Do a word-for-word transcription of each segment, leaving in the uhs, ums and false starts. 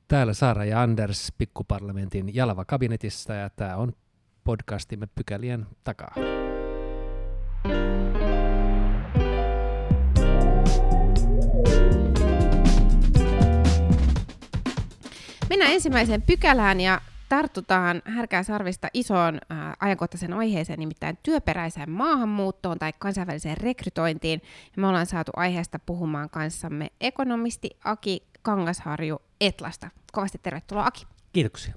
Täällä Saara ja Anders Pikkuparlamentin Jalava kabinetissa ja tämä on podcastimme Pykälien takaa. Mennään ensimmäiseen pykälään ja tartutaan härkää sarvista isoon äh, ajankohtaisen aiheeseen, nimittäin työperäiseen maahanmuuttoon tai kansainväliseen rekrytointiin. Ja me ollaan saatu aiheesta puhumaan kanssamme ekonomisti Aki Kangasharju Etlasta. Kovasti tervetuloa, Aki. Kiitoksia.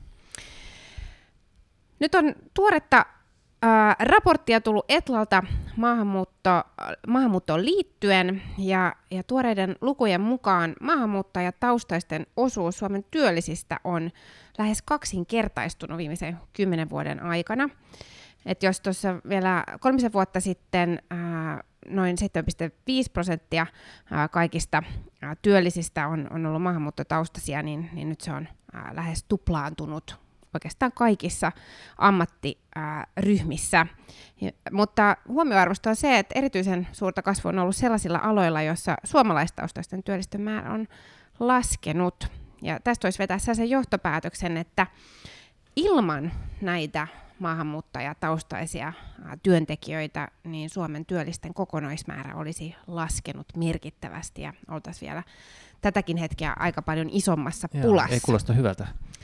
Nyt on tuoretta äh, raporttia tullut Etlalta maahanmuutto, maahanmuuttoon liittyen, ja, ja tuoreiden lukujen mukaan maahanmuuttajataustaisten osuus Suomen työllisistä on lähes kaksinkertaistunut viimeisen kymmenen vuoden aikana. Et jos tuossa vielä kolmisen vuotta sitten ää, noin seitsemän pilkku viisi prosenttia ää, kaikista ää, työllisistä on, on ollut maahanmuuttotaustaisia, niin, niin nyt se on ää, lähes tuplaantunut oikeastaan kaikissa ammattiryhmissä. Ja, mutta huomioarvosta on se, että erityisen suurta kasvua on ollut sellaisilla aloilla, joissa suomalaistaustaisten työllisten määrä on laskenut. Ja tästä voisi vetää sellaisen johtopäätöksen, että ilman näitä maahanmuuttajataustaisia työntekijöitä, niin Suomen työllisten kokonaismäärä olisi laskenut merkittävästi ja oltaisiin vielä tätäkin hetkeä aika paljon isommassa Joo, pulassa. ei kuulosta hyvältä.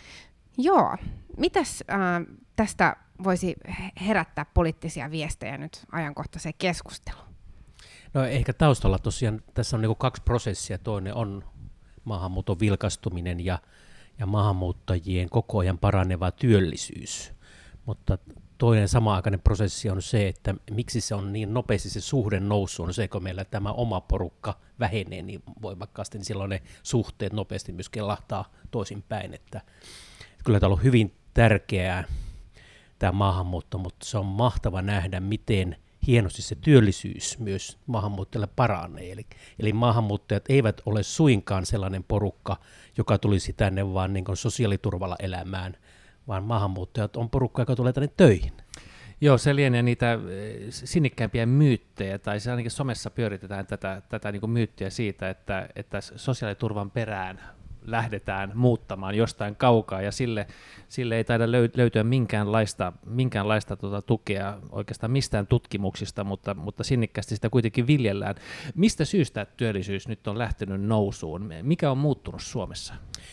Joo. Mitäs äh, tästä voisi herättää poliittisia viestejä nyt ajankohtaiseen keskusteluun? No ehkä taustalla tosiaan tässä on niinku kaksi prosessia. Toinen on maahanmuuton vilkastuminen ja, ja maahanmuuttajien koko ajan paraneva työllisyys. Mutta toinen sama-aikainen prosessi on se, että miksi se on niin nopeasti se suhde noussut, on se, kun meillä tämä oma porukka vähenee niin voimakkaasti, niin silloin ne suhteet nopeasti myös kelahtaa toisinpäin. Että kyllä tämä on ollut hyvin tärkeää, tämä maahanmuutto, mutta se on mahtava nähdä, miten hienosti se työllisyys myös maahanmuuttajille paranee. Eli, eli maahanmuuttajat eivät ole suinkaan sellainen porukka, joka tulisi tänne vaan niin kuin sosiaaliturvalla elämään, vaan maahanmuuttajat on porukka, joka tulee tänne töihin. Joo, se lienee niitä sinnikkäämpiä myyttejä, tai se ainakin somessa pyöritetään tätä, tätä niin kuin myyttiä siitä, että, että sosiaaliturvan perään lähdetään muuttamaan jostain kaukaa, ja sille, sille ei taida löytyä minkäänlaista, minkäänlaista tuota tukea oikeastaan mistään tutkimuksista, mutta, mutta sinnikkäästi sitä kuitenkin viljellään. Mistä syystä työllisyys nyt on lähtenyt nousuun? Mikä on muuttunut Suomessa?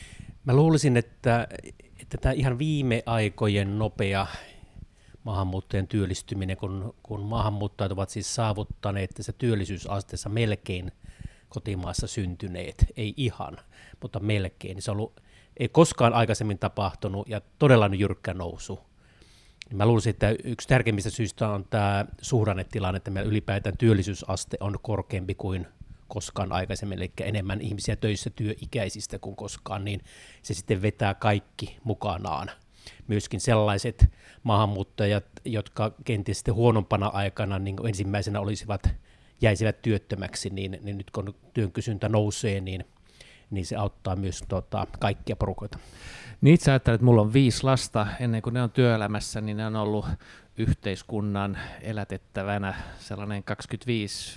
Mä luulisin, että, että tämä ihan viime aikojen nopea maahanmuuttajien työllistyminen, kun, kun maahanmuuttajat ovat siis saavuttaneet tässä työllisyysasteessa melkein kotimaassa syntyneet, ei ihan, mutta melkein. Se on ollut, ei koskaan aikaisemmin tapahtunut ja todella jyrkkä nousu. Mä luulisin, että yksi tärkeimmistä syistä on tämä suhdannetilanne, että meillä ylipäätään työllisyysaste on korkeampi kuin koskaan aikaisemmin, eli enemmän ihmisiä töissä työikäisistä kuin koskaan, niin se sitten vetää kaikki mukanaan. Myöskin sellaiset maahanmuuttajat, jotka kenties sitten huonompana aikana niin ensimmäisenä olisivat jäisivät työttömäksi, niin, niin nyt kun työn kysyntä nousee, niin, niin se auttaa myös tota, kaikkia porukoita. Niin itse ajattelen, että mulla on viisi lasta, ennen kuin ne on työelämässä, niin ne on ollut yhteiskunnan elätettävänä sellainen kaksikymmentäviisi,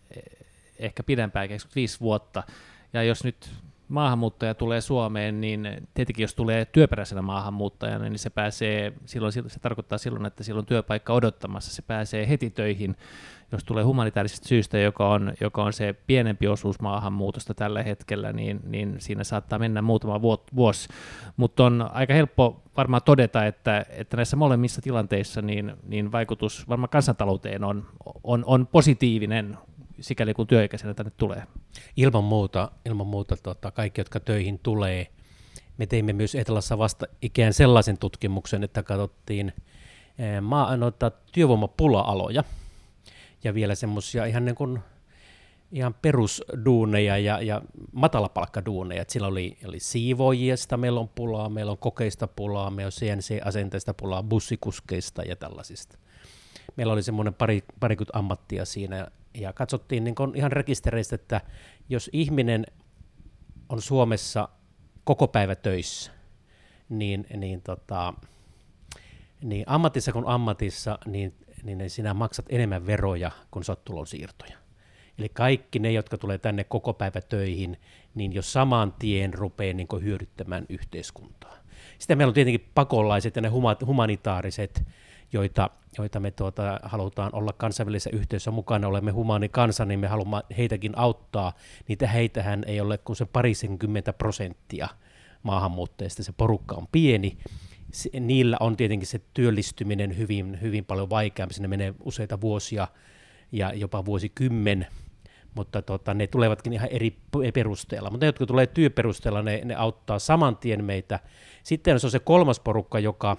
ehkä pidempään kaksikymmentäviisi vuotta, ja jos nyt maahanmuuttaja tulee Suomeen, niin tietenkin jos tulee työperäisenä maahanmuuttajana, niin se pääsee, silloin, se tarkoittaa silloin, että silloin työpaikka odottamassa, se pääsee heti töihin. Jos tulee humanitaarisesta syystä, joka on, joka on se pienempi osuus maahanmuutosta tällä hetkellä, niin, niin siinä saattaa mennä muutama vuosi. Mutta on aika helppo varmaan todeta, että, että näissä molemmissa tilanteissa niin, niin vaikutus varmaan kansantalouteen on, on, on positiivinen, sikäli kun työikäisenä tänne tulee. Ilman muuta, ilman muuta tota, kaikki, jotka töihin tulee. Me teimme myös Etelassa vasta ikään sellaisen tutkimuksen, että katsottiin eh, maa, noita työvoimapula-aloja ja vielä semmoisia ihan, niin kuin, ihan perusduuneja ja, ja matalapalkkaduuneja. Sillä oli, oli siivoojista, meillä on pulaa, meillä on kokeista pulaa, meillä on C N C-asenteista pulaa, bussikuskeista ja tällaisista. Meillä oli semmoinen pari, parikymmentä ammattia siinä, ja katsottiin niin kuin ihan rekistereistä, että jos ihminen on Suomessa koko päivä töissä, niin, niin, tota, niin ammatissa kuin ammatissa, niin, niin sinä maksat enemmän veroja kuin sä oot tulonsiirtoja. Eli kaikki ne, jotka tulee tänne koko päivä töihin, niin jo saman tien rupeaa niin kuin hyödyttämään yhteiskuntaa. Sitten meillä on tietenkin pakolaiset ja ne humanitaariset, joita, joita me tuota, halutaan olla kansainvälisessä yhteisössä mukana, olemme humaani kansa, niin me haluamme heitäkin auttaa. Niitä heitähän ei ole kuin se parisenkymmentä prosenttia maahanmuuttajista, se porukka on pieni. Se, niillä on tietenkin se työllistyminen hyvin, hyvin paljon vaikeampi, sinne menee useita vuosia ja jopa vuosikymmen, mutta tota, ne tulevatkin ihan eri perusteella. Mutta ne, jotka tulee työperusteella, ne, ne auttaa saman tien meitä. Sitten se on se kolmas porukka, joka,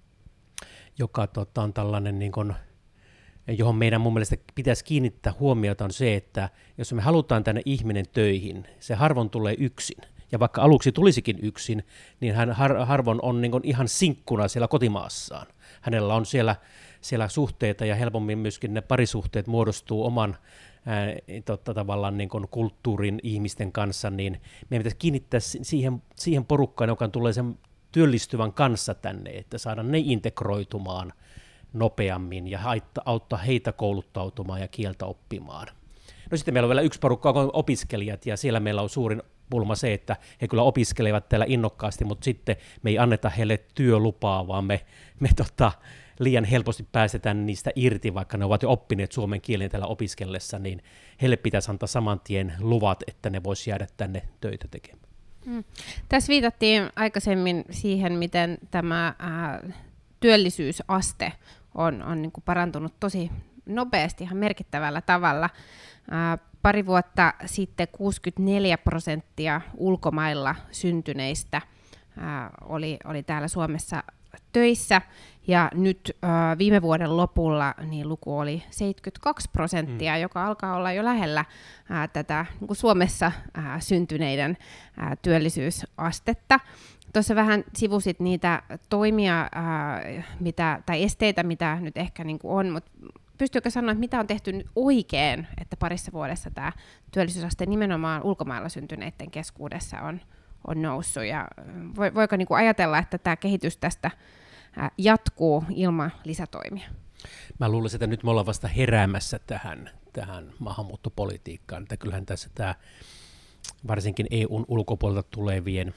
joka tota, on tällainen, niin kun, johon meidän mun mielestä pitäisi kiinnittää huomiota, on se, että jos me halutaan tänne ihminen töihin, se harvoin tulee yksin. Ja vaikka aluksi tulisikin yksin, niin hän har, harvoin on niin kun ihan sinkkuna siellä kotimaassaan. Hänellä on siellä, siellä suhteita ja helpommin myöskin ne parisuhteet muodostuu oman ää, totta, tavallaan niin kun kulttuurin ihmisten kanssa, niin meidän pitäisi kiinnittää siihen, siihen porukkaan, joka tulee sen työllistyvän kanssa tänne, että saada ne integroitumaan nopeammin ja auttaa heitä kouluttautumaan ja kieltä oppimaan. No sitten meillä on vielä yksi porukka, on opiskelijat, ja siellä meillä on suurin pulma se, että he kyllä opiskelevat täällä innokkaasti, mutta sitten me ei anneta heille työlupaa, vaan me, me tota, liian helposti päästetään niistä irti, vaikka ne ovat jo oppineet suomen kielen täällä opiskellessa, niin heille pitäisi antaa saman tien luvat, että ne voisi jäädä tänne töitä tekemään. Hmm. Tässä viitattiin aikaisemmin siihen, miten tämä ää, työllisyysaste on, on niin kuin parantunut tosi nopeasti, ihan merkittävällä tavalla. Ää, pari vuotta sitten kuusikymmentäneljä prosenttia ulkomailla syntyneistä ää, oli, oli täällä Suomessa töissä, ja nyt ää, viime vuoden lopulla niin luku oli seitsemänkymmentäkaksi prosenttia, mm. joka alkaa olla jo lähellä ää, tätä niin kuin Suomessa ää, syntyneiden ää, työllisyysastetta. Tuossa vähän sivusit niitä toimia ää, mitä, tai esteitä, mitä nyt ehkä niin kuin on, mutta pystyykö sanoa, että mitä on tehty nyt oikein, että parissa vuodessa tämä työllisyysaste nimenomaan ulkomailla syntyneiden keskuudessa on, on noussut, ja voiko niin kuin ajatella, että tämä kehitys tästä jatkuu ilman lisätoimia? Mä luulisin, että nyt me ollaan vasta heräämässä tähän, tähän maahanmuuttopolitiikkaan, että kyllähän tässä tämä varsinkin E U:n ulkopuolelta tulevien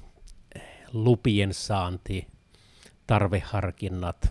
lupien saanti, tarveharkinnat,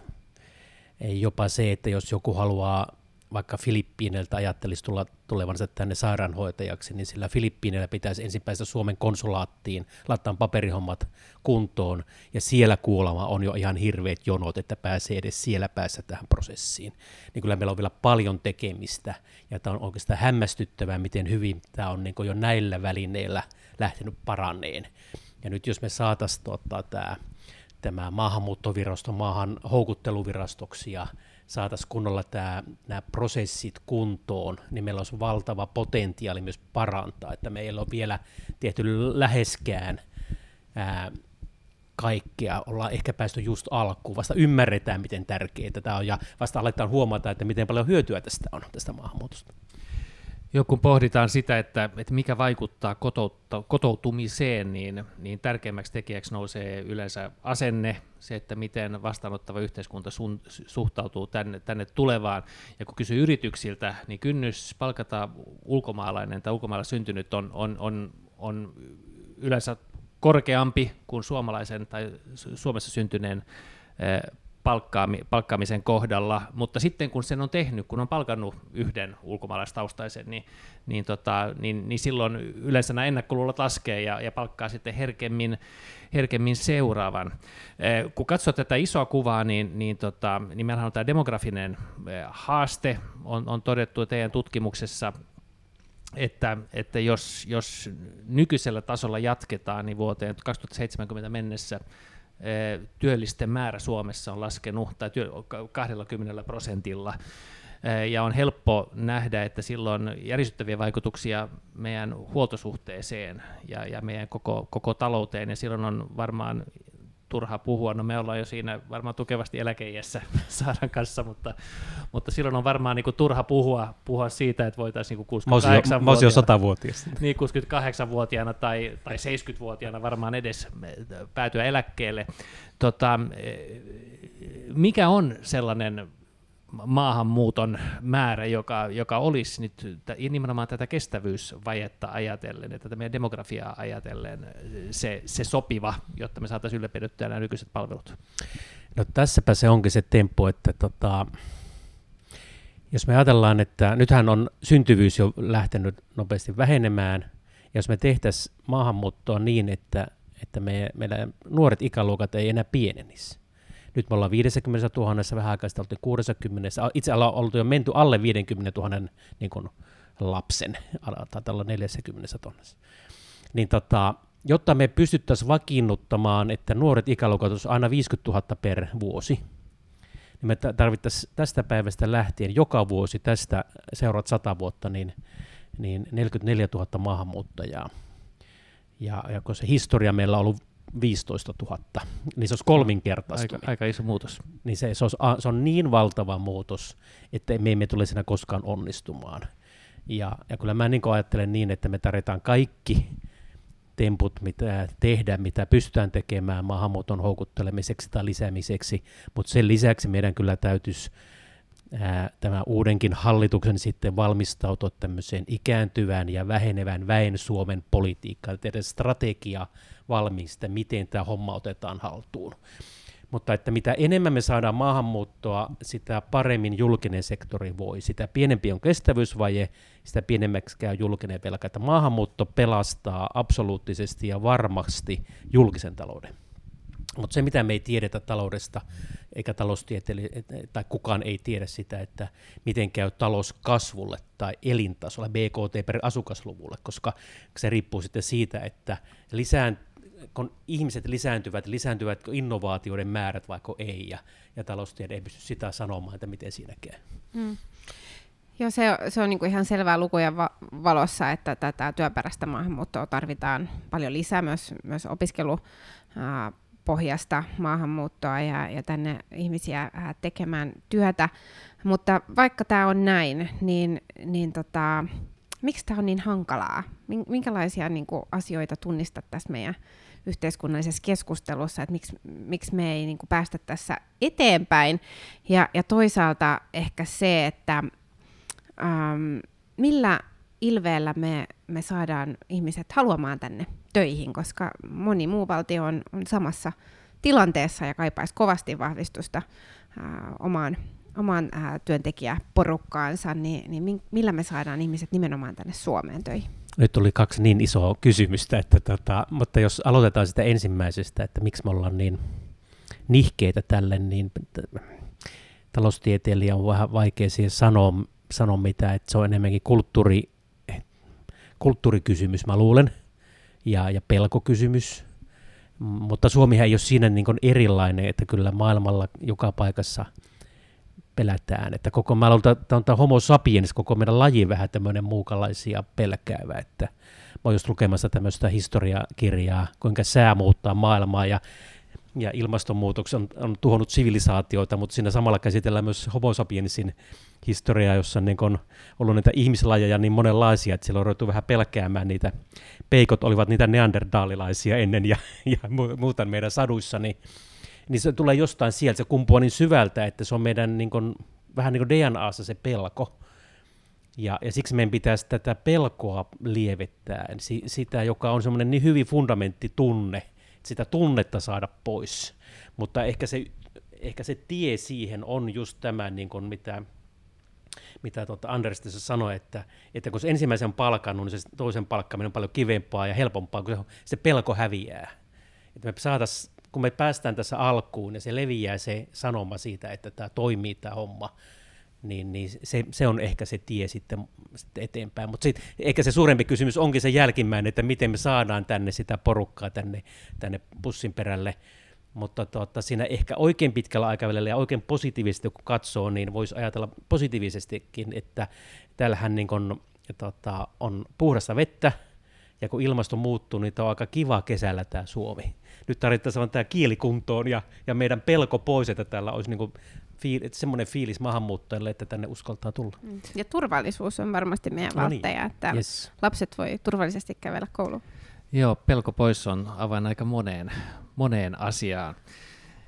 jopa se, että jos joku haluaa vaikka Filippiineiltä ajattelisi tulla tulevansa tänne sairaanhoitajaksi, niin sillä Filippiineillä pitäisi ensin päästä Suomen konsulaattiin, laittaa paperihommat kuntoon, ja siellä kuulemma on jo ihan hirveät jonot, että pääsee edes siellä päässä tähän prosessiin. Niin kyllä meillä on vielä paljon tekemistä, ja tämä on oikeastaan hämmästyttävää, miten hyvin tämä on niin kuin jo näillä välineillä lähtenyt paranneen. Ja nyt jos me saataisiin tuottaa tämä, tämä maahanmuuttovirasto maahan houkutteluvirastoksi ja saataisiin kunnolla tämä, nämä prosessit kuntoon, niin meillä olisi valtava potentiaali myös parantaa, että meillä on vielä tehty läheskään ää, kaikkea, ollaan ehkä päästy just alkuun, vasta ymmärretään, miten tärkeää tämä on, ja vasta aletaan huomata, että miten paljon hyötyä tästä on, tästä maahanmuutosta. Jo kun pohditaan sitä, että, että mikä vaikuttaa kotoutta, kotoutumiseen, niin, niin tärkeimmäksi tekijäksi nousee yleensä asenne, se, että miten vastaanottava yhteiskunta sun, suhtautuu tänne, tänne tulevaan. Ja kun kysyy yrityksiltä, niin kynnys palkata ulkomaalainen tai ulkomailla syntynyt on, on, on, on yleensä korkeampi kuin suomalaisen tai Suomessa syntyneen Palkkaami, palkkaamisen kohdalla, mutta sitten kun sen on tehnyt, kun on palkannut yhden ulkomaalaistaustaisen, niin, niin, tota, niin, niin silloin yleensä nämä ennakkoluulot laskee ja, ja palkkaa sitten herkemmin, herkemmin seuraavan. Eh, kun katsoo tätä isoa kuvaa, niin, niin, tota, niin meillähän on tämä demografinen eh, haaste, on, on todettu teidän tutkimuksessa, että, että jos, jos nykyisellä tasolla jatketaan, niin vuoteen kaksituhattaseitsemänkymmentä mennessä työllisten määrä Suomessa on laskenut tai työ, kaksikymmentä prosentilla, ja on helppo nähdä, että silloin järisyttäviä vaikutuksia meidän huoltosuhteeseen ja, ja meidän koko, koko talouteen, ja silloin on varmaan turha puhua, no me ollaan jo siinä varmaan tukevasti eläkeiässä Saaran kanssa, mutta, mutta silloin on varmaan niin kuin turha puhua, puhua siitä, että voitaisiin niin kuusikymmentäkahdeksan-vuotiaana, mä olisin jo satavuotias. Niin, kuusikymmentäkahdeksanvuotiaana tai, tai seitsemänkymmentävuotiaana varmaan edes päätyä eläkkeelle. Tota, mikä on sellainen maahanmuuton määrä, joka, joka olisi nyt nimenomaan tätä kestävyysvajetta ajatellen ja tätä meidän demografiaa ajatellen se, se sopiva, jotta me saataisiin ylläpidettyä nämä nykyiset palvelut? No tässäpä se onkin se temppu, että tota, jos me ajatellaan, että nythän on syntyvyys jo lähtenyt nopeasti vähenemään, ja jos me tehtäisiin maahanmuuttoa niin, että, että me, meidän nuoret ikäluokat ei enää pienenisi. Nyt me ollaan viisikymmentätuhatta, vähän aikaa sitten oltiin kuusikymmentä, itse ollaan oltu jo menty alle viisikymmentätuhatta niin kuin lapsen, taitaa olla neljäkymmentä tonnassa. Niin tota, jotta me pystyttäisiin vakiinnuttamaan, että nuoret ikäluokat olisi aina viisikymmentätuhatta per vuosi, niin me tarvittaisiin tästä päivästä lähtien joka vuosi tästä seuraavat sata vuotta niin, niin neljäkymmentäneljätuhatta maahanmuuttajaa. Ja, ja kun se historia meillä on ollut viisitoistatuhatta, niin se olisi kolminkertaistunut. Aika, aika iso muutos. Niin se, se, olisi, se on niin valtava muutos, että me emme tule siinä koskaan onnistumaan. Ja, ja kyllä mä niin ajattelen niin, että me tarvitaan kaikki temput, mitä tehdään, mitä pystytään tekemään maahanmuuton houkuttelemiseksi tai lisäämiseksi, mutta sen lisäksi meidän kyllä täytyisi ää, tämä uudenkin hallituksen sitten valmistautua tämmöiseen ikääntyvään ja vähenevän väen Suomen politiikkaan, tehdä strategia valmiista, miten tämä homma otetaan haltuun. Mutta että mitä enemmän me saadaan maahanmuuttoa, sitä paremmin julkinen sektori voi. Sitä pienempi on kestävyysvaje, sitä pienemmäksi käy julkinen velka. Että maahanmuutto pelastaa absoluuttisesti ja varmasti julkisen talouden. Mutta se, mitä me ei tiedetä taloudesta, eikä taloustieteilijöitä, tai kukaan ei tiedä sitä, että miten käy talouskasvulle tai elintasolle, B K T per asukasluvulle, koska se riippuu sitten siitä, että lisään kun ihmiset lisääntyvät, lisääntyvätkö innovaatioiden määrät vaikka ei, ja, ja taloustiede ei pysty sitä sanomaan, että miten siinä käy. Mm. Joo, se, se on niinku ihan selvää lukujen va- valossa, että tätä työperäistä maahanmuuttoa tarvitaan paljon lisää, myös, myös opiskelupohjasta maahanmuuttoa ja, ja tänne ihmisiä tekemään työtä. Mutta vaikka tämä on näin, niin, niin tota, miksi tämä on niin hankalaa? Minkälaisia niinku asioita tunnistat tässä meidän yhteiskunnallisessa keskustelussa, että miksi, miksi me ei niin kuin päästä tässä eteenpäin. Ja, ja toisaalta ehkä se, että ähm, millä ilveellä me, me saadaan ihmiset haluamaan tänne töihin, koska moni muu valtio on, on samassa tilanteessa ja kaipaisi kovasti vahvistusta äh, omaan, omaan äh, työntekijäporukkaansa, niin, niin millä me saadaan ihmiset nimenomaan tänne Suomeen töihin? Nyt tuli kaksi niin isoa kysymystä, että tota, mutta jos aloitetaan sitä ensimmäisestä, että miksi me ollaan niin nihkeitä tälle, niin taloustieteilijä on vähän vaikea siihen sanoa, sanoa mitä, että se on enemmänkin kulttuuri, kulttuurikysymys, mä luulen, ja, ja pelkokysymys, mutta Suomihan ei ole siinä niin kuin erilainen, että kyllä maailmalla joka paikassa pelätään, että koko mä luulen, että on tämä homo sapiens, koko meidän laji vähän tämmöinen muukalaisia pelkäävä, että mä oon just lukemassa tämmöistä historiakirjaa, kuinka sää muuttaa maailmaa ja, ja ilmastonmuutos on, on tuhonnut sivilisaatioita, mutta siinä samalla käsitellään myös homo sapiensin historiaa, jossa on, niin on ollut niitä ihmislajeja niin monenlaisia, että siellä on ruvettu vähän pelkäämään niitä. Peikot olivat niitä neanderdaalilaisia ennen ja, ja muuta meidän saduissa, niin niin se tulee jostain sieltä, se kumpuaa niin syvältä, että se on meidän niin kuin, vähän niin kuin D N A:ssa se pelko. Ja, ja siksi meidän pitäisi tätä pelkoa lievittää, si, sitä, joka on semmoinen niin hyvin fundamenttitunne, sitä tunnetta saada pois. Mutta ehkä se, ehkä se tie siihen on just tämä, niin kuin mitä, mitä tuota Anders tässä sanoi, että, että kun se ensimmäisen palkannut, niin se toisen palkkaaminen on paljon kivempaa ja helpompaa, kun se, se pelko häviää. Että me saataisiin kun me päästään tässä alkuun ja se leviää se sanoma siitä, että tämä toimii tämä homma, niin, niin se, se on ehkä se tie sitten, sitten eteenpäin. Mutta ehkä se suurempi kysymys onkin se jälkimmäinen, että miten me saadaan tänne sitä porukkaa tänne, tänne pussin perälle. Mutta tuota, siinä ehkä oikein pitkällä aikavälillä ja oikein positiivisesti kun katsoo, niin voisi ajatella positiivisestikin, että täällähän niin kun, tota, on puhdasta vettä, ja kun ilmasto muuttuu, niin tämä on aika kiva kesällä tämä Suomi. Nyt tarvittaisiin tämä kielikuntoon ja, ja meidän pelko pois, että täällä olisi niin kuin fiil, että semmoinen fiilis maahanmuuttajille, että tänne uskaltaa tulla. Ja turvallisuus on varmasti meidän no valtteja, niin. Että yes. Lapset voi turvallisesti kävellä kouluun. Joo, pelko pois on avain aika moneen, moneen asiaan.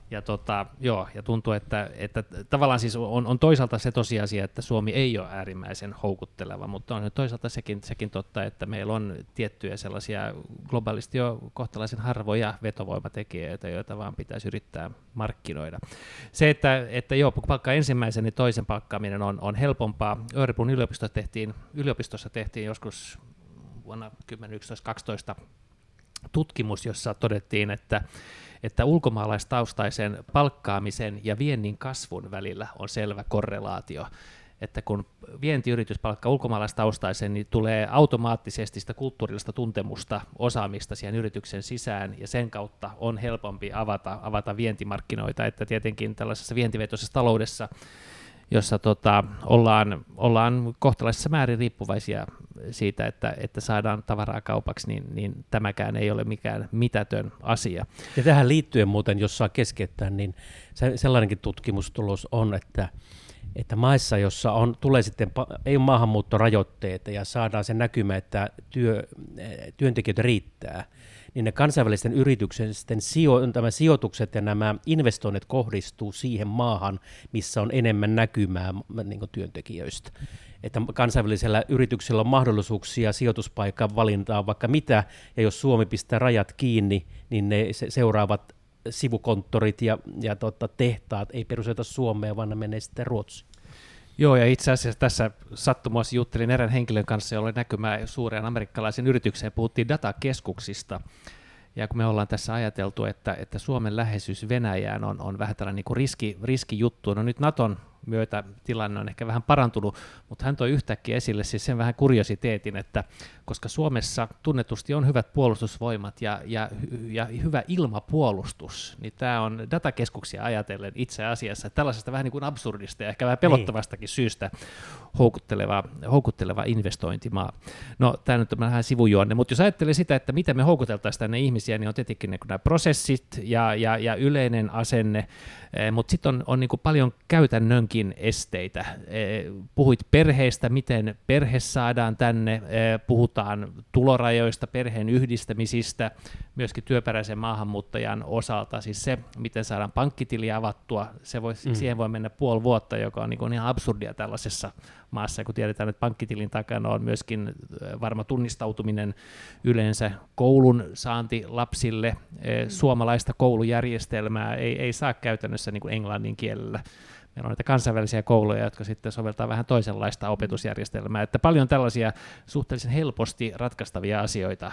Ja, tota, joo, ja tuntuu, että, että tavallaan siis on, on toisaalta se tosiasia, että Suomi ei ole äärimmäisen houkutteleva, mutta on toisaalta sekin, sekin totta, että meillä on tiettyjä sellaisia globaalisti jo kohtalaisen harvoja vetovoimatekijöitä, joita vaan pitäisi yrittää markkinoida. Se, että, että joo, palkkaa ensimmäisen, niin toisen palkkaaminen on, on helpompaa. Örebron yliopistossa tehtiin, yliopistossa tehtiin joskus vuonna kymmenen, yksitoista, kaksitoista tutkimus, jossa todettiin, että että ulkomaalaistaustaisen palkkaamisen ja viennin kasvun välillä on selvä korrelaatio. Että kun vientiyritys palkkaa ulkomaalaistaustaisen, niin tulee automaattisesti sitä kulttuurillista tuntemusta, osaamista siihen yrityksen sisään, ja sen kautta on helpompi avata, avata vientimarkkinoita, että tietenkin tällaisessa vientivetoisessa taloudessa, jossa tota, ollaan, ollaan kohtalaisessa määrin riippuvaisia siitä, että, että saadaan tavaraa kaupaksi, niin, niin tämäkään ei ole mikään mitätön asia. Ja tähän liittyen muuten, jos saa keskeyttää, niin sellainenkin tutkimustulos on, että, että maissa, jossa on, tulee sitten, ei ole maahanmuuttorajoitteita ja saadaan sen näkymä, että työ, työntekijöitä riittää, niin ne kansainvälisten yritysten sijo, tämä sijoitukset ja nämä investoinnit kohdistuu siihen maahan, missä on enemmän näkymää niin kuin työntekijöistä. Että kansainvälisellä yrityksellä on mahdollisuuksia sijoituspaikan valintaan vaikka mitä, ja jos Suomi pistää rajat kiinni, niin ne seuraavat sivukonttorit ja, ja tota, tehtaat ei perusteta Suomeen, vaan ne menee sitten Ruotsiin. Joo, ja itse asiassa tässä sattumassa juttelin erään henkilön kanssa, jolla oli näkymää suureen amerikkalaisen yritykseen, puhuttiin datakeskuksista, ja kun me ollaan tässä ajateltu, että, että Suomen läheisyys Venäjään on, on vähän tällainen niin kuin riski, riskijuttu, no nyt Naton myötä tilanne on ehkä vähän parantunut, mutta hän toi yhtäkkiä esille siis sen vähän kuriositeetin, että koska Suomessa tunnetusti on hyvät puolustusvoimat ja, ja, ja hyvä ilmapuolustus, niin tämä on datakeskuksia ajatellen itse asiassa tällaisesta vähän niin kuin absurdista ja ehkä vähän pelottavastakin syystä houkutteleva, houkutteleva investointimaa. No tämä nyt on vähän sivujuonne, mutta jos ajattelee sitä, että miten me houkuteltaisiin tänne ihmisiä, niin on tietenkin niin nämä prosessit ja, ja, ja yleinen asenne, mutta sitten on, on niin kuin paljon käytännönkin esteitä. Puhuit perheestä, miten perhe saadaan tänne, puhutaan tulorajoista, perheen yhdistämisistä, myöskin työperäisen maahanmuuttajan osalta, siis se, miten saadaan pankkitili avattua, se voi, mm. siihen voi mennä puoli vuotta, joka on niin kuin ihan absurdia tällaisessa maassa, kun tiedetään, että pankkitilin takana on myöskin varma tunnistautuminen yleensä, koulun saanti lapsille, mm. suomalaista koulujärjestelmää ei, ei saa käytännössä niin kuin englannin kielellä. Meillä on näitä kansainvälisiä kouluja, jotka sitten soveltaa vähän toisenlaista opetusjärjestelmää, että paljon tällaisia suhteellisen helposti ratkaistavia asioita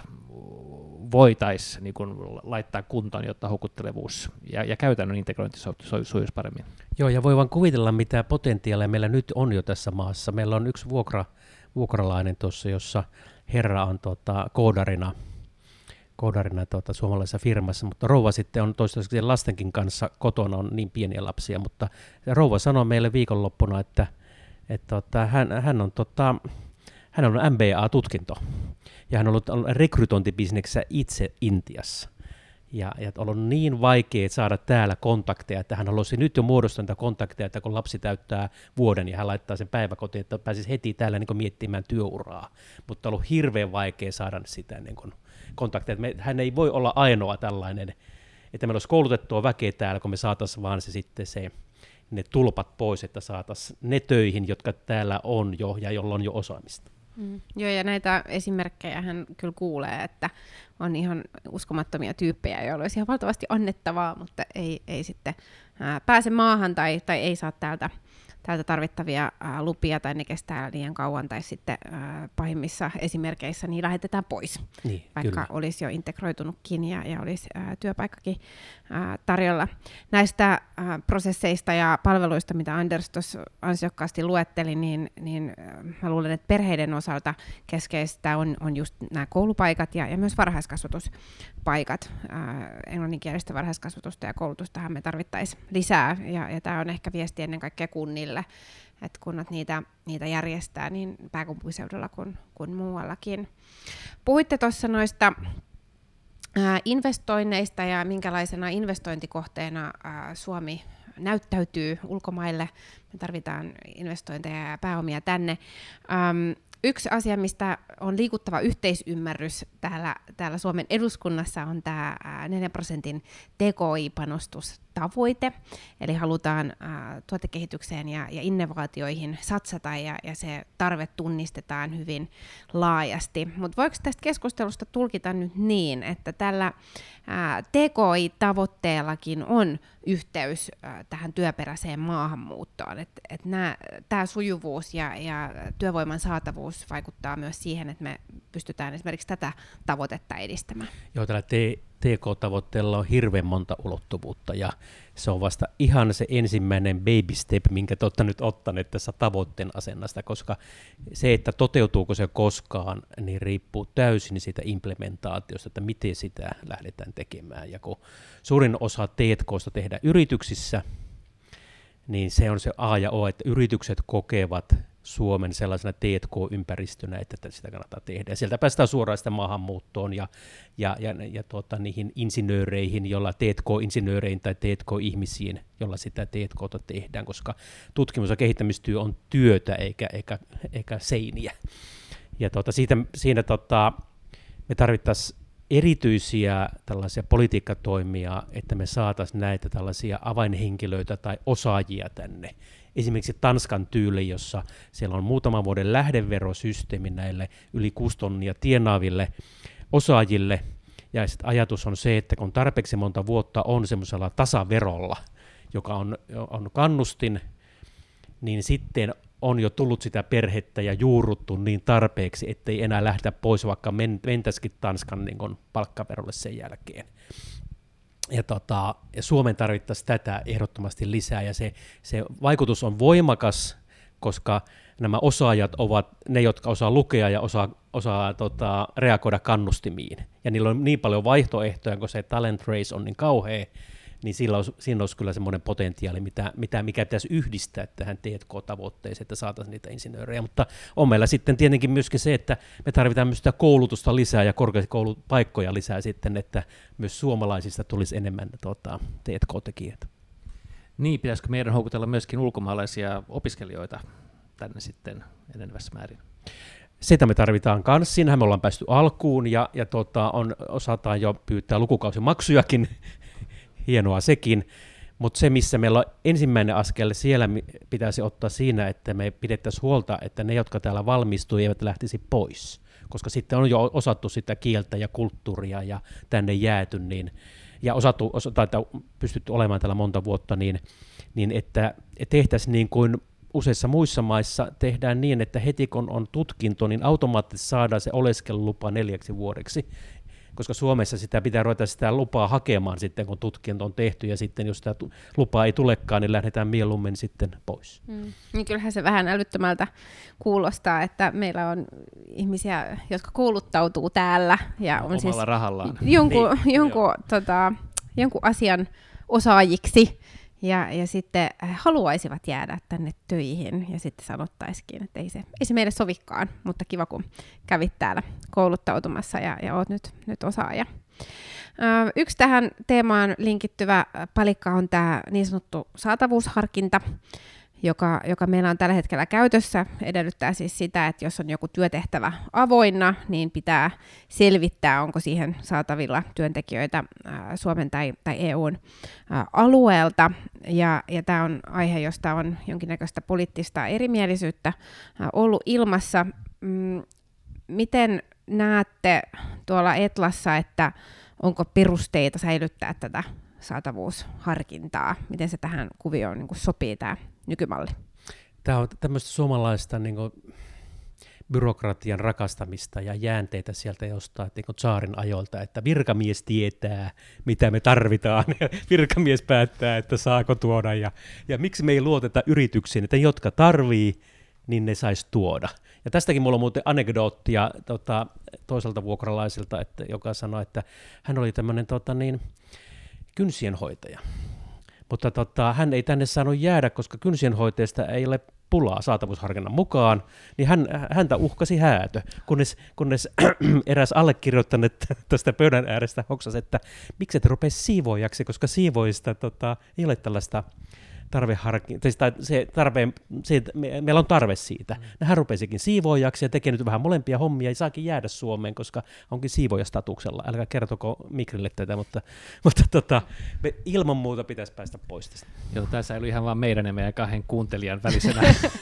voitaisiin niin kuin laittaa kuntoon, jotta houkuttelevuus ja, ja käytännön integrointi sujuisi paremmin. Joo, ja voi vaan kuvitella, mitä potentiaalia meillä nyt on jo tässä maassa. Meillä on yksi vuokra, vuokralainen tuossa, jossa herra on tota, koodarina, koodarina tuota, suomalaisessa firmassa, mutta rouva sitten on toistaiseksi lastenkin kanssa kotona, on niin pieniä lapsia, mutta rouva sanoi meille viikonloppuna, että, että tota, hän, hän, on, tota, hän on M B A-tutkinto ja hän on ollut rekrytointibisneksessä itse Intiassa. Ja, ja on ollut niin vaikea saada täällä kontakteja, että hän haluaisi nyt jo muodostaa niitä kontakteja, että kun lapsi täyttää vuoden ja hän laittaa sen päiväkotiin, että pääsisi heti täällä niin kuin miettimään työuraa. Mutta on ollut hirveän vaikea saada sitä niin kuin kontakteja. Me, hän ei voi olla ainoa tällainen, että meillä olisi koulutettua väkeä täällä, kun me saataisiin vaan se sitten se, ne tulpat pois, että saataisiin ne töihin, jotka täällä on jo ja jolla on jo osaamista. Mm. Joo, ja näitä esimerkkejä hän kyllä kuulee, että on ihan uskomattomia tyyppejä, joilla olisi ihan valtavasti annettavaa, mutta ei, ei sitten ää, pääse maahan tai, tai ei saa täältä, täältä tarvittavia ää, lupia tai ne kestää liian kauan tai sitten ää, pahimmissa esimerkkeissä niin lähetetään pois, niin, vaikka kyllä. olisi jo integroitunutkin ja, ja olisi ää, työpaikkakin ää, tarjolla. Näistä ää, prosesseista ja palveluista, mitä Anders tuossa ansiokkaasti luetteli, niin, niin ää, mä luulen, että perheiden osalta keskeistä on, on just nämä koulupaikat ja, ja myös varhaiskasvatuspaikat. Ää, englanninkielistä varhaiskasvatusta ja koulutustahan me tarvittaisiin lisää, ja, ja tämä on ehkä viesti ennen kaikkea kunnille, että kunnat niitä, niitä järjestää niin pääkaupunkiseudulla kuin, kuin muuallakin. Puhuitte tuossa noista ää, investoinneista ja minkälaisena investointikohteena ää, Suomi näyttäytyy ulkomaille. Me tarvitaan investointeja ja pääomia tänne. Äm, Yksi asia, mistä on liikuttava yhteisymmärrys täällä, täällä Suomen eduskunnassa, on tämä neljän prosentin T K I-panostus tavoite, eli halutaan ää, tuotekehitykseen ja, ja innovaatioihin satsata, ja, ja se tarve tunnistetaan hyvin laajasti. Mutta voiko tästä keskustelusta tulkita nyt niin, että tällä ää, T K I-tavoitteellakin on yhteys ää, tähän työperäiseen maahanmuuttoon, että et tämä sujuvuus ja, ja työvoiman saatavuus vaikuttaa myös siihen, että me pystytään esimerkiksi tätä tavoitetta edistämään? Joo, tällä T K-tavoitteella on hirveän monta ulottuvuutta, ja se on vasta ihan se ensimmäinen baby step, minkä te olette nyt ottaneet tässä tavoitteen asennasta, koska se, että toteutuuko se koskaan, niin riippuu täysin siitä implementaatiosta, että miten sitä lähdetään tekemään. Ja kun suurin osa T K:sta tehdään yrityksissä, niin se on se A ja O, että yritykset kokevat Suomen sellaisena T K-ympäristönä, että sitä kannattaa tehdä. Ja sieltä päästään suoraan sitä maahanmuuttoon ja, ja, ja, ja tuota, niihin insinööreihin, jolla T K-insinööreihin tai T K-ihmisiin, jolla sitä T K:ta tehdään, koska tutkimus- ja kehittämistyö on työtä eikä, eikä, eikä seiniä. Ja tuota, siitä, siinä tota, me tarvittaisiin erityisiä tällaisia politiikkatoimia, että me saataisiin näitä tällaisia avainhenkilöitä tai osaajia tänne. Esimerkiksi Tanskan tyyli, jossa siellä on muutaman vuoden lähdeverosysteemi näille yli kuusi tonnia tienaaville osaajille. Ja sitten ajatus on se, että kun tarpeeksi monta vuotta on semmoisella tasaverolla, joka on, on kannustin, niin sitten on jo tullut sitä perhettä ja juurruttu niin tarpeeksi, ettei enää lähdetä pois, vaikka men, mentäisikin Tanskan niin kun palkkaverolle sen jälkeen. Ja, tota, ja Suomen tarvittaisiin tätä ehdottomasti lisää, ja se, se vaikutus on voimakas, koska nämä osaajat ovat ne, jotka osaa lukea ja osaa, osaa tota, reagoida kannustimiin. Ja niillä on niin paljon vaihtoehtoja, kun se talent race on niin kauhea, niin sillä olisi, siinä olisi kyllä semmoinen potentiaali, mitä, mitä, mikä pitäisi yhdistää tähän T K-tavoitteeseen, että saataisiin niitä insinöörejä. Mutta on meillä sitten tietenkin myöskin se, että me tarvitaan myös sitä koulutusta lisää ja korkeakoulupaikkoja lisää sitten, että myös suomalaisista tulisi enemmän tuota, T K-tekijöitä. Niin, pitäisikö meidän houkutella myöskin ulkomaalaisia opiskelijoita tänne sitten enenevässä määrin? Sitä me tarvitaan kanssa. Siinähän me ollaan päästy alkuun ja, ja tota, on, osataan jo pyytää lukukausimaksujakin. Hienoa sekin, mutta se, missä meillä on ensimmäinen askel, siellä pitäisi ottaa siinä, että me pidettäisiin huolta, että ne, jotka täällä valmistuu, eivät lähtisi pois, koska sitten on jo osattu sitä kieltä ja kulttuuria ja tänne jääty, niin, ja osattu, osata, että pystytty olemaan täällä monta vuotta, niin, niin että tehtäisiin niin kuin useissa muissa maissa tehdään niin, että heti kun on tutkinto, niin automaattisesti saadaan se oleskelulupa neljäksi vuodeksi, koska Suomessa sitä pitää ruveta sitä lupaa hakemaan sitten, kun tutkinto on tehty, ja sitten jos sitä lupaa ei tulekaan, niin lähdetään mieluummin sitten pois. Mm. Niin kyllähän se vähän älyttömältä kuulostaa, että meillä on ihmisiä, jotka kouluttautuu täällä. Ja on omalla siis rahallaan. Jonkun, niin, jonkun, tota, jonkun asian osaajiksi, ja, ja sitten haluaisivat jäädä tänne töihin, ja sitten sanottaisikin, että ei se, ei se meille sovikaan, mutta kiva, kun kävit täällä kouluttautumassa ja, ja oot nyt, nyt osaaja. Ö, yksi tähän teemaan linkittyvä palikka on tämä niin sanottu saatavuusharkinta, joka, joka meillä on tällä hetkellä käytössä. Edellyttää siis sitä, että jos on joku työtehtävä avoinna, niin pitää selvittää, onko siihen saatavilla työntekijöitä ää, Suomen tai, tai E U:n ää, alueelta. Ja, ja tämä on aihe, josta on jonkinnäköistä poliittista erimielisyyttä ää, ollut ilmassa. Mm, miten näette tuolla Etlassa, että onko perusteita säilyttää tätä saatavuusharkintaa? Miten se tähän kuvioon niin kuin sopii tämä nykymalli? Tämä on tämmöistä suomalaista niin kuin byrokratian rakastamista ja jäänteitä sieltä jostain niin kuin tsaarin ajoilta, että virkamies tietää, mitä me tarvitaan, ja virkamies päättää, että saako tuoda, ja, ja miksi me ei luoteta yrityksiin, että jotka tarvii, niin ne saisi tuoda. Ja tästäkin mulla on muuten anekdoottia tota, toiselta vuokralaiselta, että, joka sanoi, että hän oli tämmöinen tota, niin, kynsienhoitaja. Mutta tota, hän ei tänne saanut jäädä, koska kynsienhoitajasta ei ole pulaa saatavuusharkinnan mukaan, niin hän, häntä uhkasi häätö, kunnes, kunnes eräs allekirjoittanut tästä pöydän äärestä hoksasi, että miksi et rupea siivoojaksi, koska siivoista tota, ei ole tällaista tarveharkinta, tai se tarve, se, me, meillä on tarve siitä. Mm. Hän rupesikin siivoojaksi ja tekee nyt vähän molempia hommia ja saakin jäädä Suomeen, koska onkin siivooja-statuksella. Älkää kertoko Migrille tätä, mutta, mutta tota, me ilman muuta pitäisi päästä pois tästä. Joo, tässä ei ollut ihan vaan meidän ja meidän kahden kuuntelijan välisenä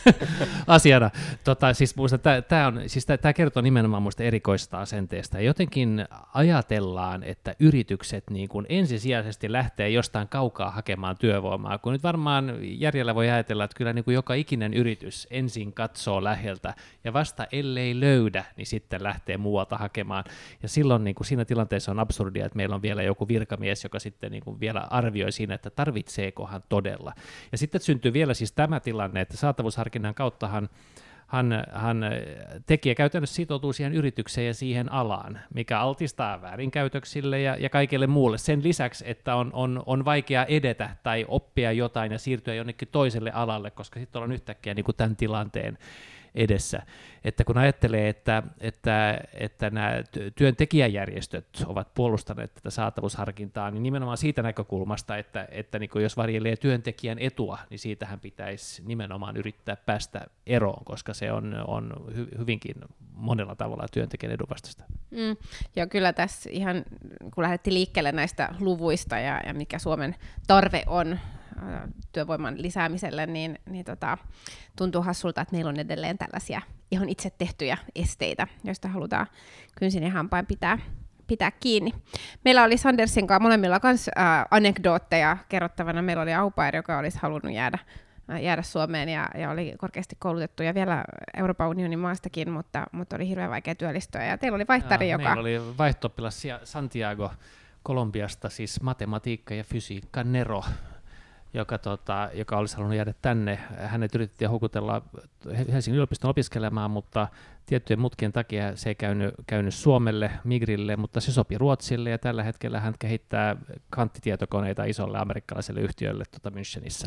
asiana. Tota, siis tämä siis kertoo nimenomaan muista erikoista asenteesta. Jotenkin ajatellaan, että yritykset niin kun ensisijaisesti lähtee jostain kaukaa hakemaan työvoimaa, kun nyt varmaan järjellä voi ajatella, että kyllä niin kuin joka ikinen yritys ensin katsoo läheltä ja vasta ellei löydä, niin sitten lähtee muualta hakemaan. Ja silloin niin kuin siinä tilanteessa on absurdia, että meillä on vielä joku virkamies, joka sitten niin kuin vielä arvioi siinä, että tarvitseekohan todella. Ja sitten syntyy vielä siis tämä tilanne, että saatavuusharkinnan kauttahan Hän, hän tekijä käytännössä sitoutuu siihen yritykseen ja siihen alaan, mikä altistaa väärinkäytöksille ja, ja kaikille muulle. Sen lisäksi, että on, on, on vaikea edetä tai oppia jotain ja siirtyä jonnekin toiselle alalle, koska sitten ollaan yhtäkkiä niin kuin tämän tilanteen edessä. Että kun ajattelee, että, että, että nämä työntekijäjärjestöt ovat puolustaneet tätä saatavuusharkintaa, niin nimenomaan siitä näkökulmasta, että, että niin kuin jos varjelee työntekijän etua, niin siitähän pitäisi nimenomaan yrittää päästä eroon, koska se on, on hy, hyvinkin monella tavalla työntekijän edunvastaista. Mm, ja kyllä tässä ihan, kun lähdettiin liikkeelle näistä luvuista ja, ja mikä Suomen tarve on työvoiman lisäämiselle, niin, niin tota, tuntuu hassulta, että meillä on edelleen tällaisia ihan itse tehtyjä esteitä, joista halutaan kynsin ja hampain pitää, pitää kiinni. Meillä oli Sandersin kanssa molemmilla myös äh, anekdootteja kerrottavana. Meillä oli au pair, joka olisi halunnut jäädä, äh, jäädä Suomeen ja, ja oli korkeasti koulutettu ja vielä Euroopan unionin maastakin, mutta, mutta oli hirveän vaikea työllistyä. Ja teillä oli vaihtari, ja, joka... Meillä oli vaihto-oppilas Santiago Kolumbiasta, siis matematiikka ja fysiikka Nero, Joka, tota, joka olisi halunnut jäädä tänne. Hänet yritettiin houkutella Helsingin yliopiston opiskelemaan, mutta tiettyjen mutkien takia se ei käynyt, käynyt Suomelle, Migrille, mutta se sopi Ruotsille, ja tällä hetkellä hän kehittää kvanttitietokoneita isolle amerikkalaiselle yhtiölle tuota Münchenissä.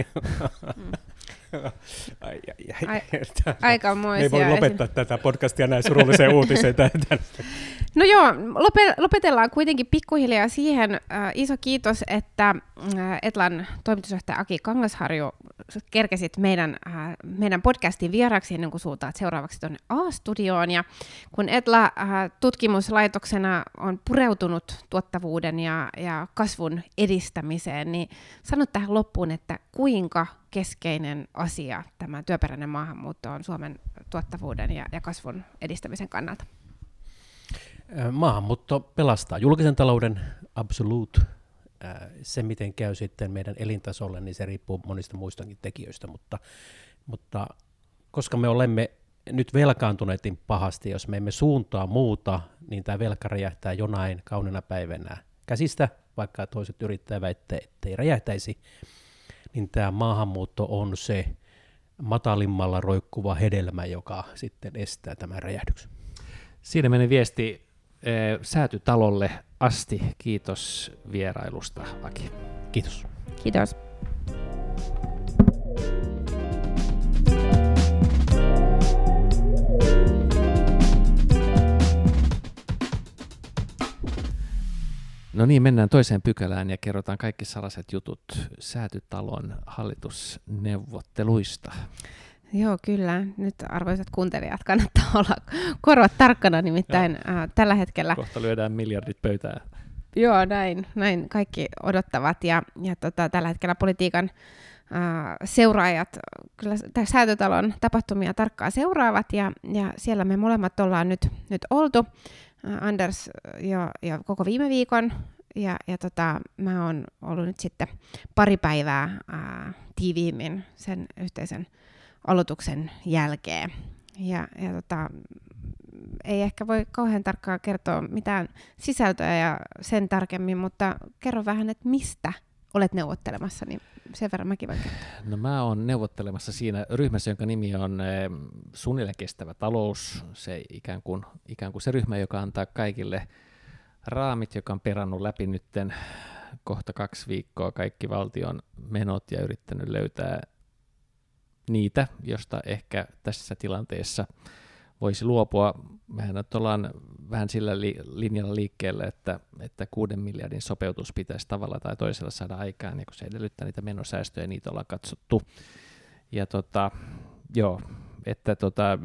ai, ai, ai. Aikamoisia. Me ei voi lopettaa esim. tätä podcastia näin surulliseen uutiseen. No joo, lopetellaan kuitenkin pikkuhiljaa siihen. Äh, iso kiitos, että äh, Etlan toimitusjohtaja Aki Kangasharju kerkesit meidän, äh, meidän podcastin vieraksi ennen kuin suuntaat seuraavaksi tuonne A-studioon. Ja kun Etla äh, tutkimuslaitoksena on pureutunut tuottavuuden ja, ja kasvun edistämiseen, niin sano tähän loppuun, että kuinka keskeinen asia tämä työperäinen maahanmuutto on Suomen tuottavuuden ja, ja kasvun edistämisen kannalta? Maahanmuutto pelastaa julkisen talouden, absolute. Se, miten käy sitten meidän elintasolle, niin se riippuu monista muistakin tekijöistä, mutta, mutta koska me olemme nyt velkaantuneet pahasti, jos me emme suuntaa muuta, niin tämä velka räjähtää jonain kaunina päivänä käsistä, vaikka toiset yrittää väittää, ettei räjähtäisi, niin tämä maahanmuutto on se matalimmalla roikkuva hedelmä, joka sitten estää tämän räjähdyksen. Siinä meni viesti äh, Säätytalolle asti. Kiitos vierailusta, Aki. Kiitos. Kiitos. No niin, mennään toiseen pykälään ja kerrotaan kaikki salaiset jutut Säätytalon hallitusneuvotteluista. Joo, kyllä. Nyt arvoisat kuuntelijat kannattaa olla korvat tarkkana, nimittäin äh, tällä hetkellä... Kohta lyödään miljardit pöytään. Joo, näin, näin kaikki odottavat ja, ja tota, tällä hetkellä politiikan äh, seuraajat kyllä Säätytalon tapahtumia tarkkaan seuraavat ja, ja siellä me molemmat ollaan nyt, nyt oltu. Äh, Anders jo, jo koko viime viikon ja, ja tota, mä oon ollut nyt sitten pari päivää äh, tiiviimmin sen yhteisen aloituksen jälkeen. Ja, ja tota, ei ehkä voi kauhean tarkkaan kertoa mitään sisältöä ja sen tarkemmin, mutta kerro vähän, että mistä olet neuvottelemassa, niin sen verran mäkin voin kertoa. No mä oon neuvottelemassa siinä ryhmässä, jonka nimi on eh, Suunnilleen kestävä talous. Se ikään kuin, ikään kuin se ryhmä, joka antaa kaikille raamit, joka on perannut läpi nytten kohta kaksi viikkoa kaikki valtion menot ja yrittänyt löytää niitä, josta ehkä tässä tilanteessa voisi luopua. Mehän nyt ollaan vähän sillä li, linjalla liikkeelle, että, että kuuden miljardin sopeutus pitäisi tavalla tai toisella saada aikaan, ja kun se edellyttää niitä menosäästöjä, niitä ollaan katsottu. Ja tota, joo, että tota,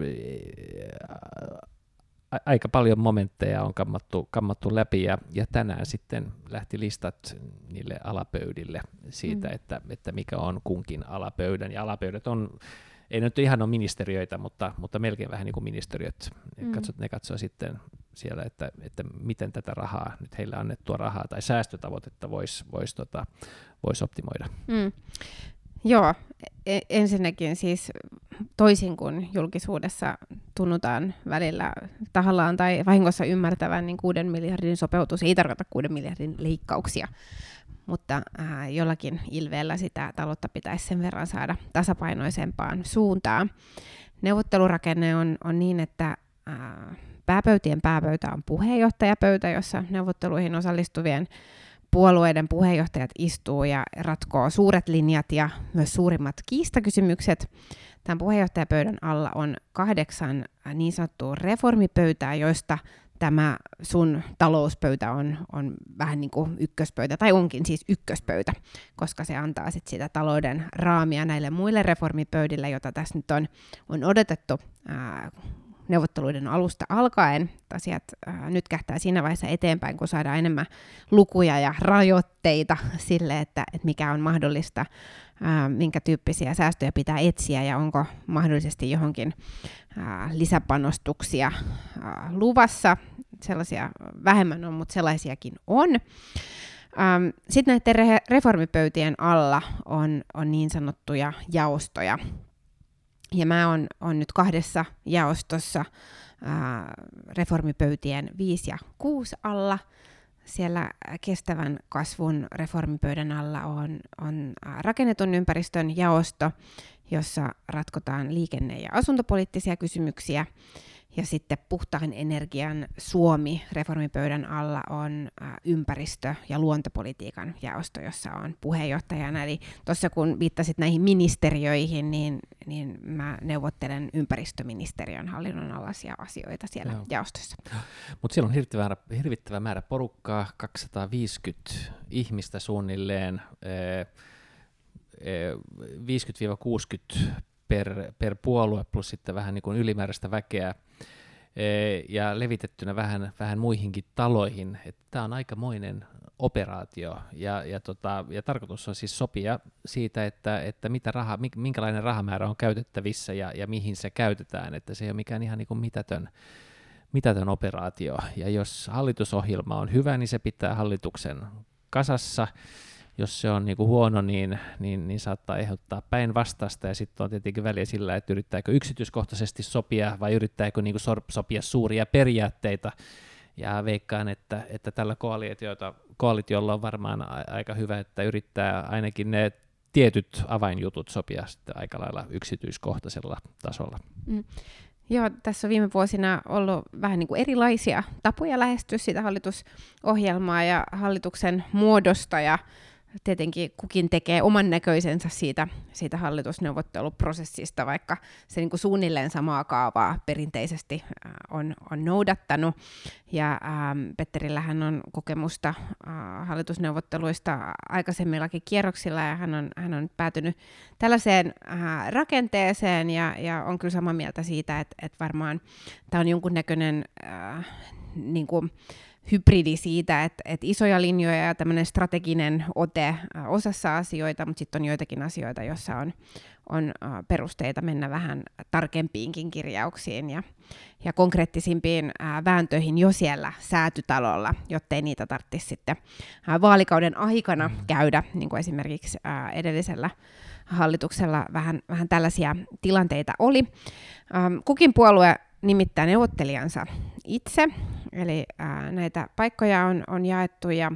aika paljon momentteja on kammattu, kammattu läpi, ja, ja tänään sitten lähti listat niille alapöydille siitä, mm. että, että mikä on kunkin alapöydän, ja alapöydät on, ei nyt ihan ole ministeriöitä, mutta, mutta melkein vähän niin kuin ministeriöt. Mm. Katsot, ne katsoo sitten siellä, että, että miten tätä rahaa, nyt heille annettua rahaa tai säästötavoitetta voisi vois, tota, vois optimoida. Mm. Joo, ensinnäkin siis toisin kuin julkisuudessa tunnutaan välillä tahallaan tai vahingossa ymmärtävän, niin kuuden miljardin sopeutus ei tarkoita kuuden miljardin leikkauksia, mutta äh, jollakin ilveellä sitä taloutta pitäisi sen verran saada tasapainoisempaan suuntaan. Neuvottelurakenne on, on niin, että äh, pääpöytien pääpöytä on puheenjohtajapöytä, jossa neuvotteluihin osallistuvien puolueiden puheenjohtajat istuu ja ratkoo suuret linjat ja myös suurimmat kiistakysymykset. Tämän puheenjohtajapöydän alla on kahdeksan niin sanottua reformipöytää, joista tämä sun talouspöytä on, on vähän niin kuin ykköspöytä, tai onkin siis ykköspöytä, koska se antaa sit sitä talouden raamia näille muille reformipöydille, joita tässä nyt on, on odotettu ää, neuvotteluiden alusta alkaen. Asiat äh, nyt kähtää siinä vaiheessa eteenpäin, kun saadaan enemmän lukuja ja rajoitteita sille, että, että mikä on mahdollista, äh, minkä tyyppisiä säästöjä pitää etsiä ja onko mahdollisesti johonkin äh, lisäpanostuksia äh, luvassa. Sellaisia vähemmän on, mutta sellaisiakin on. Ähm, Sitten näiden re- reformipöytien alla on, on niin sanottuja jaostoja. Ja mä oon, oon nyt kahdessa jaostossa ää, reformipöytien viisi ja kuusi alla. Siellä kestävän kasvun reformipöydän alla on, on rakennetun ympäristön jaosto, jossa ratkotaan liikenne- ja asuntopoliittisia kysymyksiä. Ja sitten puhtaan energian Suomi reformipöydän alla on ä, ympäristö- ja luontopolitiikan jaosto, jossa on puheenjohtajana. Eli tuossa kun viittasit näihin ministeriöihin, niin, niin mä neuvottelen ympäristöministeriön hallinnonalaisia asioita siellä Joo. jaostossa. Mutta siellä on hirvittävä määrä, hirvittävä määrä porukkaa, kaksisataaviisikymmentä ihmistä suunnilleen, viisikymmentä kuusikymmentä per, per puolue plus sitten vähän niin kuin ylimääräistä väkeä ja levitettynä vähän, vähän muihinkin taloihin. Tämä on aikamoinen operaatio ja, ja, tota, ja tarkoitus on siis sopia siitä, että, että mitä raha, minkälainen rahamäärä on käytettävissä ja, ja mihin se käytetään, että se ei ole mikään ihan niin kuin mitätön, mitätön operaatio. Ja jos hallitusohjelma on hyvä, niin se pitää hallituksen kasassa. Jos se on niinku huono, niin, niin, niin saattaa ehdottaa päinvastaista, ja sitten on tietenkin väliä sillä, että yrittääkö yksityiskohtaisesti sopia, vai yrittääkö niinku sopia suuria periaatteita, ja veikkaan, että, että tällä koalitiolla, koalitiolla on varmaan aika hyvä, että yrittää ainakin ne tietyt avainjutut sopia sitten aika lailla yksityiskohtaisella tasolla. Mm. Joo, tässä on viime vuosina ollut vähän niin kuin erilaisia tapoja lähestyä sitä hallitusohjelmaa ja hallituksen muodosta, ja tietenkin kukin tekee oman näköisensä siitä, siitä hallitusneuvotteluprosessista, vaikka se niin kuin suunnilleen samaa kaavaa perinteisesti äh, on, on noudattanut. Ja ähm, Petterillähän on kokemusta äh, hallitusneuvotteluista aikaisemmillakin kierroksilla, ja hän on, hän on päätynyt tällaiseen äh, rakenteeseen, ja, ja on kyllä samaa mieltä siitä, että, että varmaan tämä on jonkunnäköinen äh, niin kuin hybridi siitä, että, että isoja linjoja ja tämmöinen strateginen ote osassa asioita, mutta sitten on joitakin asioita, joissa on, on perusteita mennä vähän tarkempiinkin kirjauksiin ja, ja konkreettisimpiin vääntöihin jo siellä Säätytalolla, jottei niitä tarvitsisi sitten vaalikauden aikana käydä, niin kuin esimerkiksi edellisellä hallituksella vähän, vähän tällaisia tilanteita oli. Kukin puolue nimittää neuvottelijansa itse, eli ää, näitä paikkoja on, on jaettu, ja,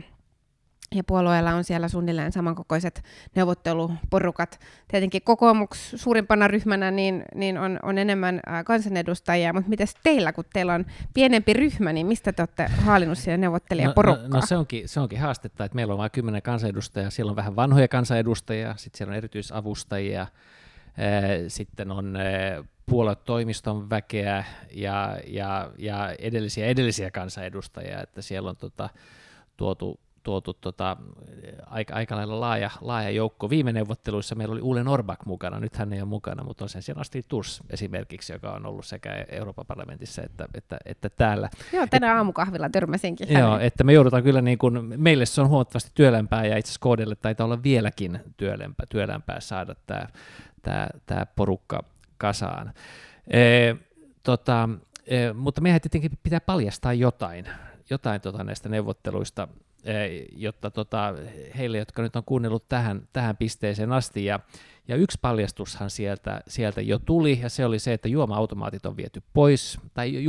ja puolueella on siellä suunnilleen samankokoiset neuvotteluporukat. Tietenkin kokoomus suurimpana ryhmänä niin, niin on, on enemmän ää, kansanedustajia, mutta mites teillä, kun teillä on pienempi ryhmä, niin mistä te olette haalinnut siellä neuvottelijaporukkaa? No, no, no se, onkin, se onkin haastetta, että meillä on vain kymmenen kansanedustajaa, siellä on vähän vanhoja kansanedustajia, sitten siellä on erityisavustajia, sitten on puoluetoimiston väkeä ja, ja, ja edellisiä edellisiä kansanedustajia, että siellä on tota, tuotu, tuotu tota, aika, aika lailla laaja, laaja joukko. Viime neuvotteluissa meillä oli Ole Norrback mukana, nyt hän ei ole mukana, mutta on sen siellä Astrid Thors esimerkiksi, joka on ollut sekä Euroopan parlamentissa että, että, että täällä. Joo, tänään aamukahvilla törmäsinkin häneen. Joo, häneen. että me joudutaan kyllä, niin kuin, meille se on huomattavasti työlämpää ja itse asiassa K D:lle taitaa olla vieläkin työlämpää, työlämpää saada tämä, tämä, tämä porukka kasaan. E, tota, e, mutta meidän tietenkin pitää paljastaa jotain, jotain tota näistä neuvotteluista, e, jotta tota, heille, jotka nyt on kuunnellut tähän, tähän pisteeseen asti, ja, ja yksi paljastushan sieltä, sieltä jo tuli, ja se oli se, että juoma-automaatit on viety pois, tai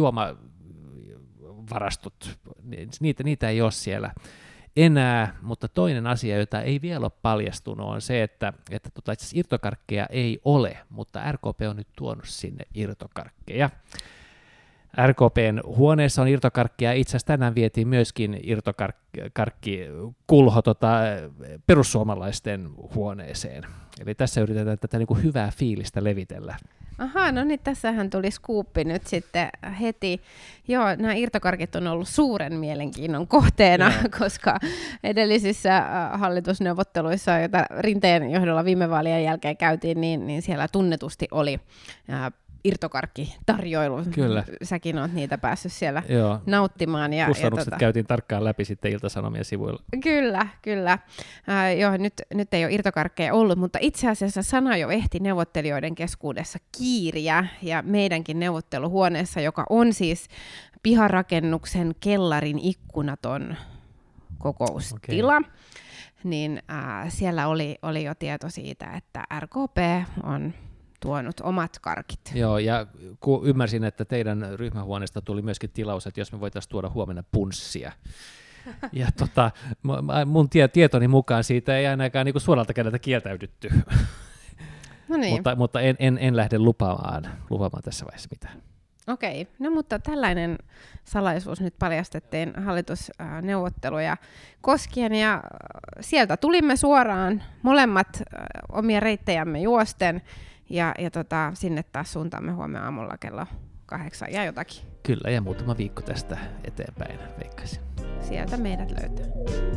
juomavarastot, niitä, niitä ei ole siellä enää, mutta toinen asia, jota ei vielä ole paljastunut, on se, että, että tota, itse asiassa irtokarkkeja ei ole, mutta R K P on nyt tuonut sinne irtokarkkeja. R K P:n huoneessa on irtokarkkeja, itse asiassa tänään vietiin myöskin irtokarkkikulho tota, perussuomalaisten huoneeseen. Eli tässä yritetään tätä niin kuin hyvää fiilistä levitellä. Aha, no niin, tässähän tuli skuuppi nyt sitten heti. Joo, nämä irtokarkit on ollut suuren mielenkiinnon kohteena, no. koska edellisissä hallitusneuvotteluissa, joita Rinteen johdolla viime vaalien jälkeen käytiin, niin, niin siellä tunnetusti oli ää, irtokarkkitarjoilu. Kyllä. Säkin oot niitä päässyt siellä Joo. nauttimaan. Ja, Kustannukset ja tota... käytiin tarkkaan läpi sitten Ilta-Sanomien sivuilla. Kyllä, kyllä. Äh, joo, nyt, nyt ei ole irtokarkkeja ollut, mutta itse asiassa sana jo ehti neuvottelijoiden keskuudessa kiiriä, ja meidänkin neuvotteluhuoneessa, joka on siis piharakennuksen kellarin ikkunaton kokoustila, okay. niin äh, siellä oli, oli jo tieto siitä, että R K P on tuonut omat karkit. Joo, ja kun ymmärsin, että teidän ryhmähuoneesta tuli myöskin tilaus, että jos me voitaisiin tuoda huomenna punssia. Ja tota, mun tie, tietoni mukaan siitä ei ainakaan niin suoralta kädeltä kieltäydytty. No niin. mutta mutta en, en, en lähde lupaamaan, lupaamaan tässä vaiheessa mitään. Okei, no mutta tällainen salaisuus nyt paljastettiin hallitusneuvotteluja koskien, ja sieltä tulimme suoraan molemmat omia reittejämme juosten, ja, ja tota, sinne taas suuntaamme huomenna aamulla kello kahdeksan ja jotakin. Kyllä, ja muutama viikko tästä eteenpäin, veikkaisin. Sieltä meidät löytää.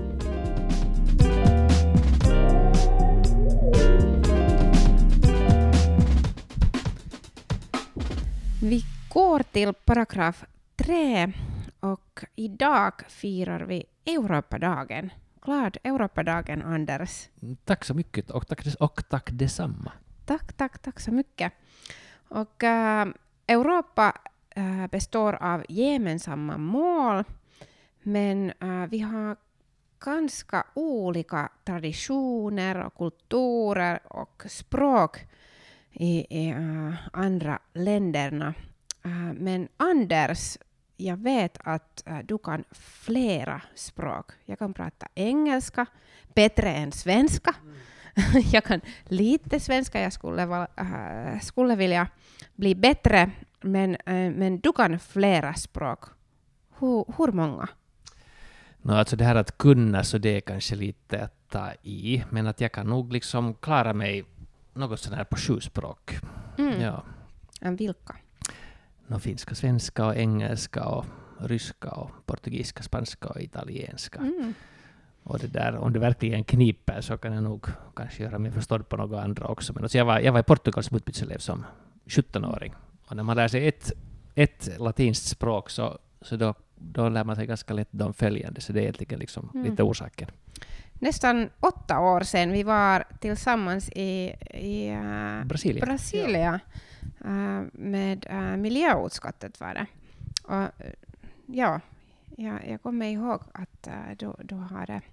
Vi går till paragraf tre, och idag firar vi Europadagen. Glad Europadagen, Anders. Tack så mycket, och tack, och tack detsamma. Tack, tack, tack så mycket. Och äh, Europa äh, består av gemensamma mål, men äh, vi har ganska olika traditioner och kulturer och språk i, i äh, andra länderna. Äh, men Anders, jag vet att äh, du kan flera språk. Jag kan prata engelska bättre än svenska. Mm. Jag kan lite svenska, jag skulle, äh, skulle vilja bli bättre, men, äh, men du kan flera språk. Hur, hur många? No, alltså det här att kunna, så det är kanske lite att ta i, men att jag kan nog liksom klara mig något sådär på sju språk. Mm. Ja. En vilka? No, finska, svenska och engelska och ryska och portugisiska, spanska och italienska. Mm. Och det där, om det verkligen kniper så kan jag nog kanske göra mig förstådd på några andra också. Men alltså jag, var, jag var i Portugal som utbyteselev som sjuttonåring. Och när man lär sig ett, ett latinskt språk så, så då, då lär man sig ganska lätt de följande. Så det är egentligen liksom mm. lite orsaken. Nästan åtta år sedan vi var tillsammans i, i uh, Brasilien, Brasilia, ja. uh, med uh, miljöutskottet var det. Och, ja, ja, jag kommer ihåg att uh, du, du har uh,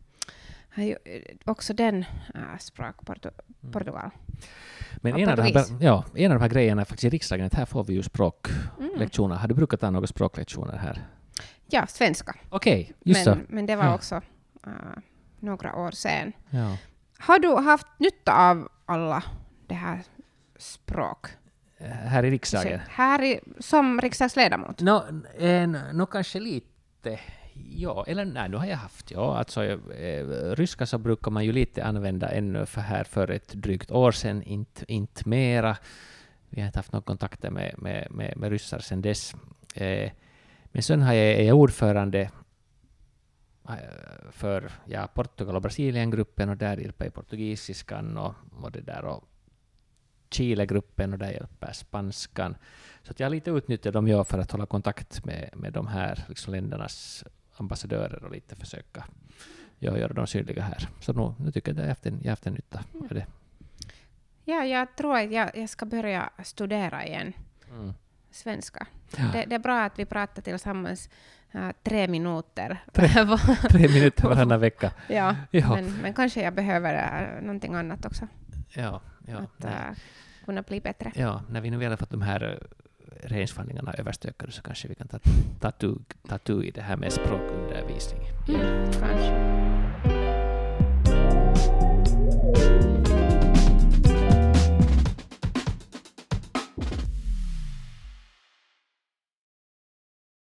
också den uh, språk, Portu- mm. Portugal. Men en av, här, ja, en av de här grejerna är faktiskt i riksdagen, att här får vi ju språklektioner. Mm. Har du brukat ta några språklektioner här? Ja, svenska. Okej, okay, just men, så. Men det var ja. också uh, några år sedan. Ja. Har du haft nytta av alla det här språk? Här i riksdagen? Här i, som riksdagsledamot? No, en, no kanske lite. Ja, eller nej, nu har jag haft, ja. Alltså, eh, ryska så brukar man ju lite använda ännu för här för ett drygt år sedan, inte, inte mera. vi har inte haft någon kontakt med, med, med, med ryssar sedan dess. Eh, min son är, är ordförande för ja, Portugal och Brasilien-gruppen, och där hjälper jag portugisiskan och, och det där och Chile-gruppen, och där hjälper spanskan. Så att jag lite utnyttjar dem jag för att hålla kontakt med, med de här liksom, ländernas ambassadörer och lite försöka ja, göra dem synliga här. Så nu, nu tycker jag att jag har haft en, jag har haft en nytta av det. Ja, jag tror att jag, jag ska börja studera igen. Mm. Svenska. Ja. Det, det är bra att vi pratar tillsammans uh, tre minuter. Tre, tre minuter varannan vecka. Ja, ja. Men, men kanske jag behöver uh, någonting annat också. Ja, ja. Att uh, kunna bli bättre. Ja, när vi nu väl har fått de här regeringsförhandlingarna överstökade så kanske vi kan ta, ta, tu, ta tu i det här med språkundervisning. Mm.